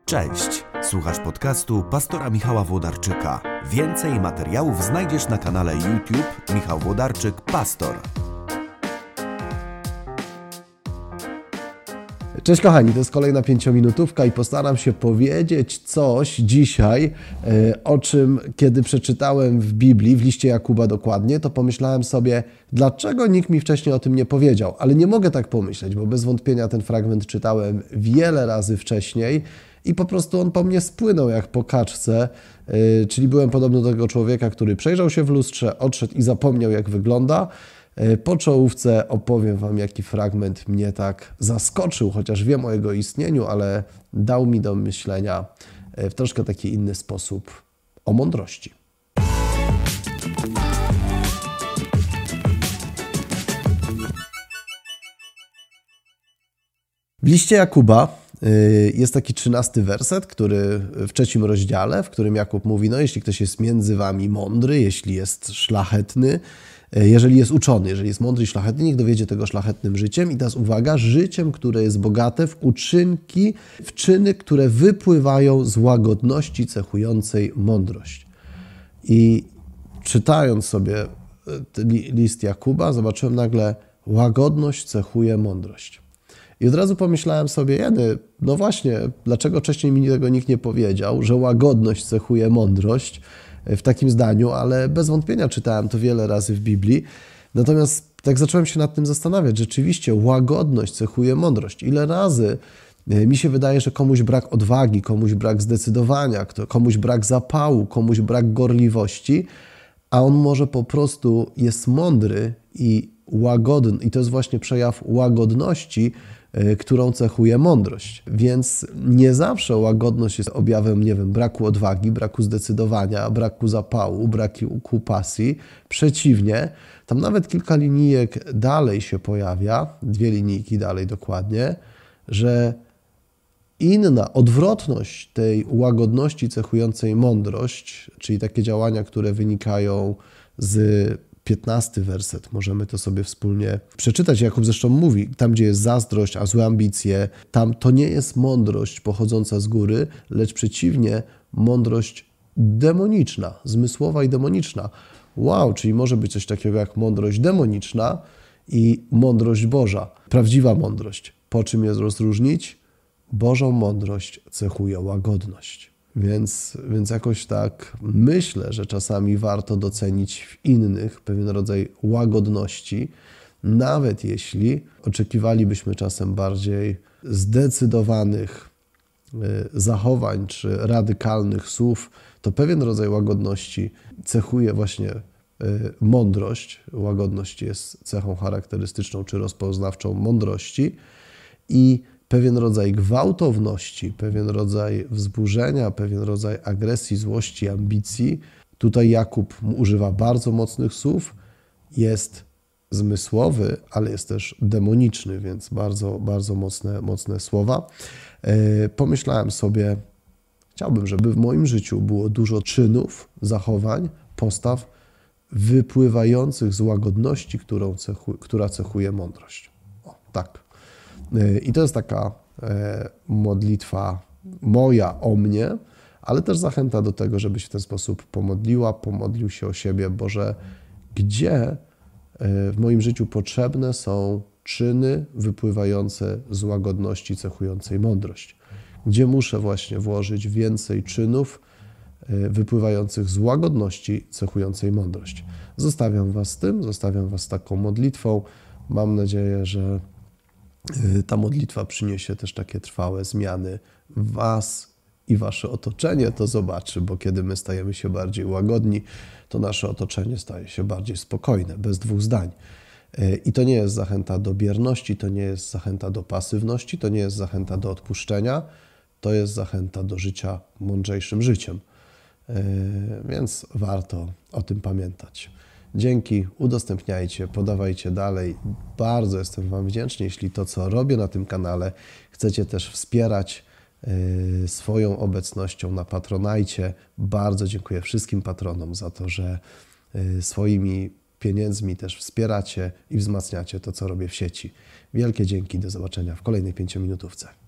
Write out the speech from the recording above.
Cześć, słuchasz podcastu pastora Michała Włodarczyka. Więcej materiałów znajdziesz na kanale YouTube Michał Włodarczyk Pastor. Cześć kochani, to jest kolejna 5-minutówka i postaram się powiedzieć coś dzisiaj, o czym kiedy przeczytałem w Biblii, w liście Jakuba dokładnie, to pomyślałem sobie, dlaczego nikt mi wcześniej o tym nie powiedział, ale nie mogę tak pomyśleć, bo bez wątpienia ten fragment czytałem wiele razy wcześniej i po prostu on po mnie spłynął jak po kaczce, czyli byłem podobny do tego człowieka, który przejrzał się w lustrze, odszedł i zapomniał jak wygląda. Po czołówce opowiem Wam, jaki fragment mnie tak zaskoczył, chociaż wiem o jego istnieniu, ale dał mi do myślenia w troszkę taki inny sposób o mądrości. W liście Jakuba jest taki 13 werset, który w 3 rozdziale, w którym Jakub mówi, no jeśli ktoś jest między wami mądry, jeśli jest szlachetny, jeżeli jest uczony, jeżeli jest mądry i szlachetny, niech dowiedzie tego szlachetnym życiem. I teraz uwaga, życiem, które jest bogate w uczynki, w czyny, które wypływają z łagodności cechującej mądrość. I czytając sobie list Jakuba, zobaczyłem nagle, łagodność cechuje mądrość. I od razu pomyślałem sobie, no właśnie, dlaczego wcześniej mi tego nikt nie powiedział, że łagodność cechuje mądrość w takim zdaniu, ale bez wątpienia czytałem to wiele razy w Biblii. Natomiast tak zacząłem się nad tym zastanawiać, rzeczywiście łagodność cechuje mądrość. Ile razy mi się wydaje, że komuś brak odwagi, komuś brak zdecydowania, komuś brak zapału, komuś brak gorliwości, a on może po prostu jest mądry i łagodny. I to jest właśnie przejaw łagodności, którą cechuje mądrość. Więc nie zawsze łagodność jest objawem, braku odwagi, braku zdecydowania, braku zapału, braku pasji. Przeciwnie, tam nawet kilka linijek dalej się pojawia, 2 linijki dalej dokładnie, że inna odwrotność tej łagodności cechującej mądrość, czyli takie działania, które wynikają z 15 werset, możemy to sobie wspólnie przeczytać. Jakub zresztą mówi, tam gdzie jest zazdrość, a złe ambicje, tam to nie jest mądrość pochodząca z góry, lecz przeciwnie, mądrość demoniczna, zmysłowa i demoniczna. Wow, czyli może być coś takiego jak mądrość demoniczna i mądrość Boża, prawdziwa mądrość. Po czym je rozróżnić? Bożą mądrość cechuje łagodność. Więc jakoś tak myślę, że czasami warto docenić w innych pewien rodzaj łagodności, nawet jeśli oczekiwalibyśmy czasem bardziej zdecydowanych zachowań czy radykalnych słów, to pewien rodzaj łagodności cechuje właśnie mądrość. Łagodność jest cechą charakterystyczną czy rozpoznawczą mądrości i pewien rodzaj gwałtowności, pewien rodzaj wzburzenia, pewien rodzaj agresji, złości, ambicji. Tutaj Jakub używa bardzo mocnych słów, jest zmysłowy, ale jest też demoniczny, więc bardzo, bardzo mocne słowa. Pomyślałem sobie, chciałbym, żeby w moim życiu było dużo czynów, zachowań, postaw wypływających z łagodności, która cechuje mądrość. O, tak. I to jest taka modlitwa moja o mnie, ale też zachęta do tego, żebyś w ten sposób pomodlił się o siebie. Boże, gdzie w moim życiu potrzebne są czyny wypływające z łagodności cechującej mądrość? Gdzie muszę właśnie włożyć więcej czynów wypływających z łagodności cechującej mądrość? Zostawiam Was z tym, zostawiam Was z taką modlitwą. Mam nadzieję, że ta modlitwa przyniesie też takie trwałe zmiany w Was i Wasze otoczenie to zobaczy, bo kiedy my stajemy się bardziej łagodni, to nasze otoczenie staje się bardziej spokojne, bez 2 zdań. I to nie jest zachęta do bierności, to nie jest zachęta do pasywności, to nie jest zachęta do odpuszczenia, to jest zachęta do życia mądrzejszym życiem. Więc warto o tym pamiętać. Dzięki, udostępniajcie, podawajcie dalej. Bardzo jestem Wam wdzięczny, jeśli to, co robię na tym kanale, chcecie też wspierać swoją obecnością na Patronajcie. Bardzo dziękuję wszystkim patronom za to, że swoimi pieniędzmi też wspieracie i wzmacniacie to, co robię w sieci. Wielkie dzięki, do zobaczenia w kolejnej 5-minutówce.